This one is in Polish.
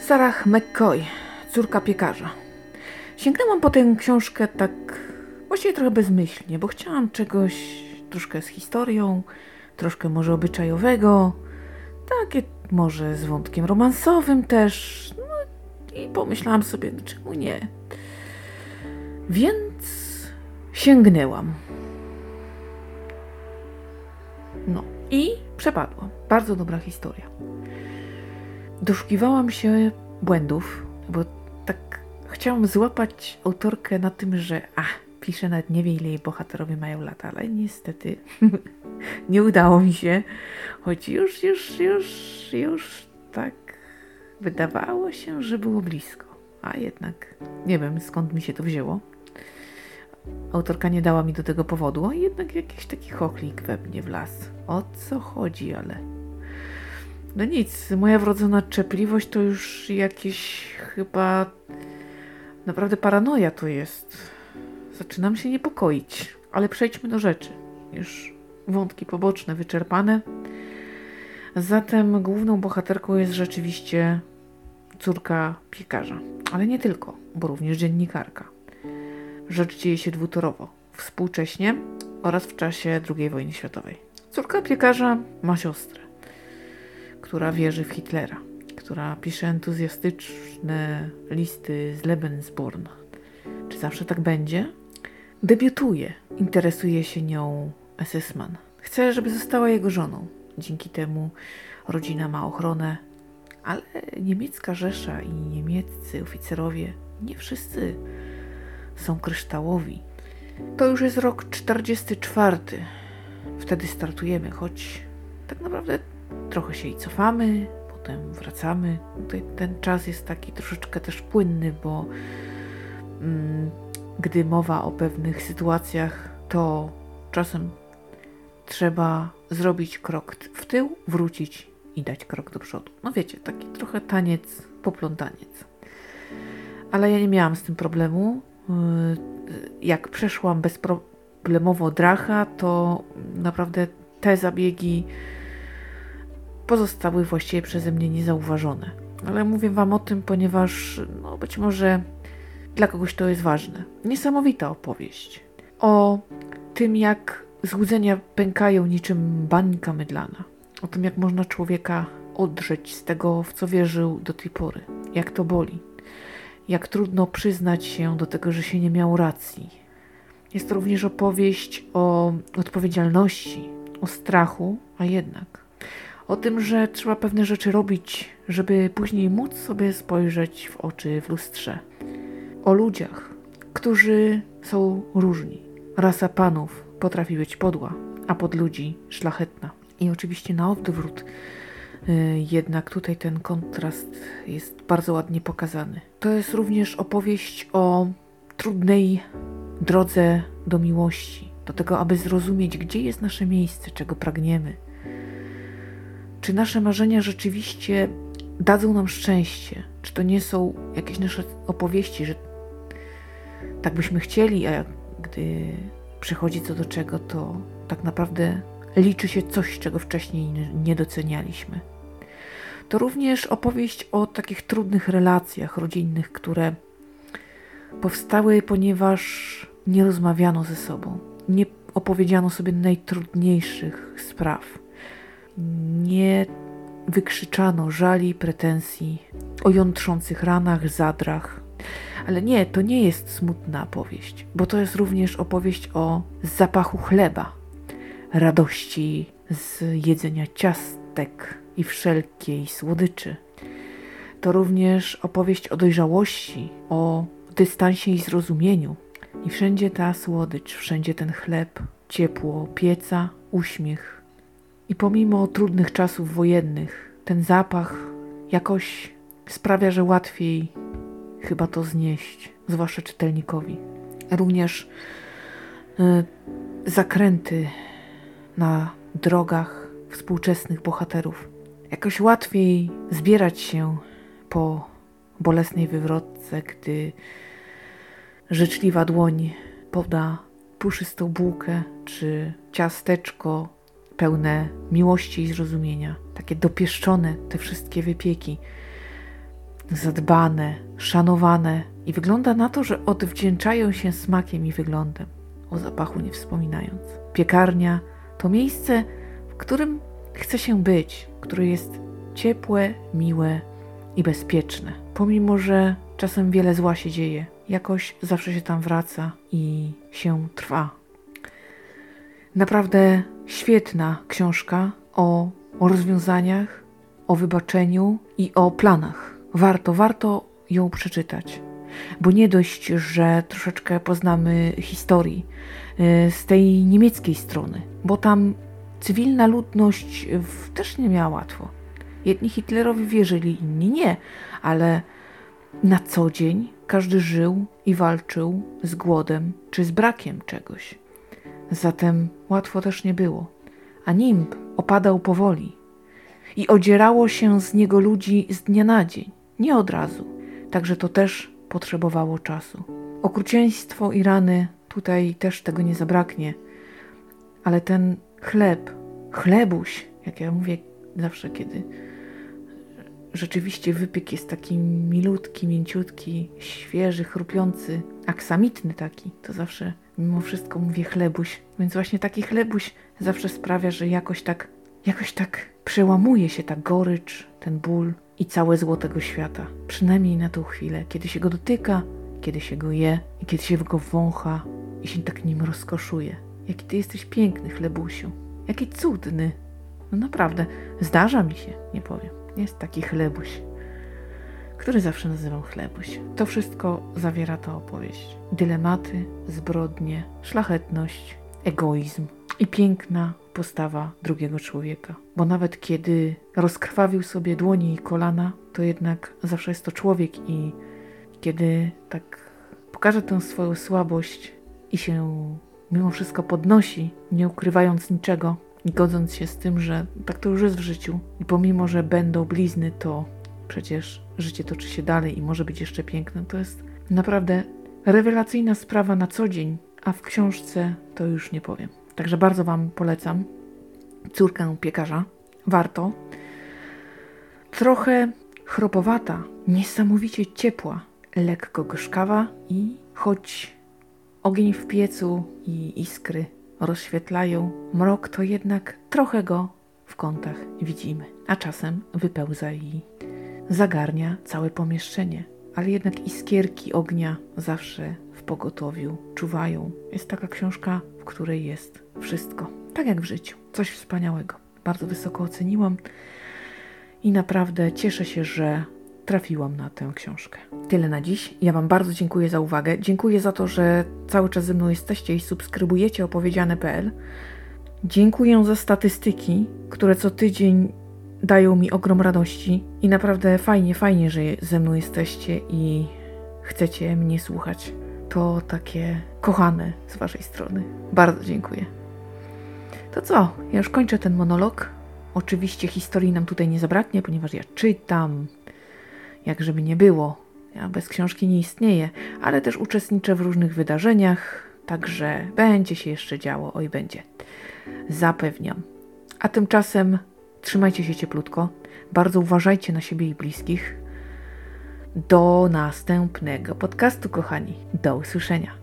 Sarah McCoy, córka piekarza. Sięgnęłam po tę książkę tak właściwie trochę bezmyślnie, bo chciałam czegoś troszkę z historią, troszkę może obyczajowego, takie może z wątkiem romansowym też. No i pomyślałam sobie, no czemu nie? Więc sięgnęłam. No i przepadłam. Bardzo dobra historia. Doszukiwałam się błędów, bo tak chciałam złapać autorkę na tym, że pisze, nawet nie wie, ile jej bohaterowie mają lat, ale niestety nie udało mi się, choć już tak wydawało się, że było blisko, a jednak nie wiem, skąd mi się to wzięło. Autorka nie dała mi do tego powodu, a jednak jakiś taki chochlik we mnie wlazł. O co chodzi, ale... No nic, moja wrodzona czepliwość to już jakieś chyba naprawdę paranoja to jest. Zaczynam się niepokoić, ale przejdźmy do rzeczy. Już wątki poboczne wyczerpane. Zatem główną bohaterką jest rzeczywiście córka piekarza, ale nie tylko, bo również dziennikarka. Rzecz dzieje się dwutorowo, współcześnie oraz w czasie II wojny światowej. Córka piekarza ma siostrę, która wierzy w Hitlera, która pisze entuzjastyczne listy z Lebensborn. Czy zawsze tak będzie? Debiutuje, interesuje się nią SS-man. Chce, żeby została jego żoną. Dzięki temu rodzina ma ochronę, ale niemiecka Rzesza i niemieccy oficerowie nie wszyscy są kryształowi. To już jest rok 44. Wtedy startujemy, choć tak naprawdę trochę się i cofamy, potem wracamy. Tutaj ten czas jest taki troszeczkę też płynny, bo gdy mowa o pewnych sytuacjach, to czasem trzeba zrobić krok w tył, wrócić i dać krok do przodu. No wiecie, taki trochę taniec, poplątaniec. Ale ja nie miałam z tym problemu. Jak przeszłam bezproblemowo Dracha, to naprawdę te zabiegi pozostały właściwie przeze mnie niezauważone. Ale mówię wam o tym, ponieważ być może dla kogoś to jest ważne. Niesamowita opowieść o tym, jak złudzenia pękają niczym bańka mydlana. O tym, jak można człowieka odrzeć z tego, w co wierzył do tej pory. Jak to boli. Jak trudno przyznać się do tego, że się nie miał racji. Jest to również opowieść o odpowiedzialności, o strachu, a jednak o tym, że trzeba pewne rzeczy robić, żeby później móc sobie spojrzeć w oczy w lustrze. O ludziach, którzy są różni. Rasa panów potrafi być podła, a podludzi szlachetna. I oczywiście na odwrót. Jednak tutaj ten kontrast jest bardzo ładnie pokazany. To jest również opowieść o trudnej drodze do miłości, do tego, aby zrozumieć, gdzie jest nasze miejsce, czego pragniemy. Czy nasze marzenia rzeczywiście dadzą nam szczęście? Czy to nie są jakieś nasze opowieści, że tak byśmy chcieli, a gdy przychodzi co do czego, to tak naprawdę liczy się coś, czego wcześniej nie docenialiśmy. To również opowieść o takich trudnych relacjach rodzinnych, które powstały, ponieważ nie rozmawiano ze sobą, nie opowiedziano sobie najtrudniejszych spraw, nie wykrzyczano żali, pretensji o jątrzących ranach, zadrach. Ale nie, to nie jest smutna opowieść, bo to jest również opowieść o zapachu chleba, radości z jedzenia ciastek i wszelkiej słodyczy. To również opowieść o dojrzałości, o dystansie i zrozumieniu. I wszędzie ta słodycz, wszędzie ten chleb, ciepło pieca, uśmiech. I pomimo trudnych czasów wojennych, ten zapach jakoś sprawia, że łatwiej chyba to znieść, zwłaszcza czytelnikowi. Również zakręty na drogach współczesnych bohaterów. Jakoś łatwiej zbierać się po bolesnej wywrotce, gdy życzliwa dłoń poda puszystą bułkę czy ciasteczko pełne miłości i zrozumienia. Takie dopieszczone, te wszystkie wypieki zadbane, szanowane i wygląda na to, że odwdzięczają się smakiem i wyglądem, o zapachu nie wspominając. Piekarnia to miejsce, w którym chce się być, które jest ciepłe, miłe i bezpieczne. Pomimo, że czasem wiele zła się dzieje, jakoś zawsze się tam wraca i się trwa. Naprawdę świetna książka o rozwiązaniach, o wybaczeniu i o planach. Warto ją przeczytać, bo nie dość, że troszeczkę poznamy historii z tej niemieckiej strony, bo tam cywilna ludność też nie miała łatwo. Jedni Hitlerowi wierzyli, inni nie, ale na co dzień każdy żył i walczył z głodem czy z brakiem czegoś. Zatem łatwo też nie było, a nimb opadał powoli i odzierało się z niego ludzi z dnia na dzień, nie od razu, także to też potrzebowało czasu. Okrucieństwo i rany, tutaj też tego nie zabraknie, ale ten chlebuś, jak ja mówię zawsze, kiedy rzeczywiście wypiek jest taki milutki, mięciutki, świeży, chrupiący, aksamitny taki, to zawsze mimo wszystko mówię chlebuś, więc właśnie taki chlebuś zawsze sprawia, że jakoś tak przełamuje się ta gorycz, ten ból i całe zło tego świata. Przynajmniej na tą chwilę, kiedy się go dotyka, kiedy się go je i kiedy się go wącha i się tak nim rozkoszuje. Jaki ty jesteś piękny, chlebusiu. Jaki cudny. No naprawdę, zdarza mi się, nie powiem. Jest taki chlebuś, który zawsze nazywam chlebuś. To wszystko zawiera ta opowieść. Dylematy, zbrodnie, szlachetność, egoizm i piękna postawa drugiego człowieka. Bo nawet kiedy rozkrwawił sobie dłonie i kolana, to jednak zawsze jest to człowiek i kiedy tak pokaże tę swoją słabość i się mimo wszystko podnosi, nie ukrywając niczego, i godząc się z tym, że tak to już jest w życiu i pomimo, że będą blizny, to przecież życie toczy się dalej i może być jeszcze piękne. To jest naprawdę rewelacyjna sprawa na co dzień, a w książce to już nie powiem. Także bardzo wam polecam Córkę piekarza. Warto. Trochę chropowata, niesamowicie ciepła, lekko gorzkawa i choć ogień w piecu i iskry rozświetlają mrok, to jednak trochę go w kątach widzimy, a czasem wypełza i zagarnia całe pomieszczenie, ale jednak iskierki ognia zawsze w pogotowiu czuwają. Jest taka książka, w której jest wszystko, tak jak w życiu, coś wspaniałego. Bardzo wysoko oceniłam i naprawdę cieszę się, że trafiłam na tę książkę. Tyle na dziś. Ja wam bardzo dziękuję za uwagę. Dziękuję za to, że cały czas ze mną jesteście i subskrybujecie opowiedziane.pl. Dziękuję za statystyki, które co tydzień dają mi ogrom radości i naprawdę fajnie, że ze mną jesteście i chcecie mnie słuchać. To takie kochane z waszej strony. Bardzo dziękuję. To co? Ja już kończę ten monolog. Oczywiście historii nam tutaj nie zabraknie, ponieważ ja czytam, jak żeby nie było. Ja bez książki nie istnieję, ale też uczestniczę w różnych wydarzeniach, także będzie się jeszcze działo, oj będzie. Zapewniam. A tymczasem trzymajcie się cieplutko, bardzo uważajcie na siebie i bliskich. Do następnego podcastu, kochani. Do usłyszenia.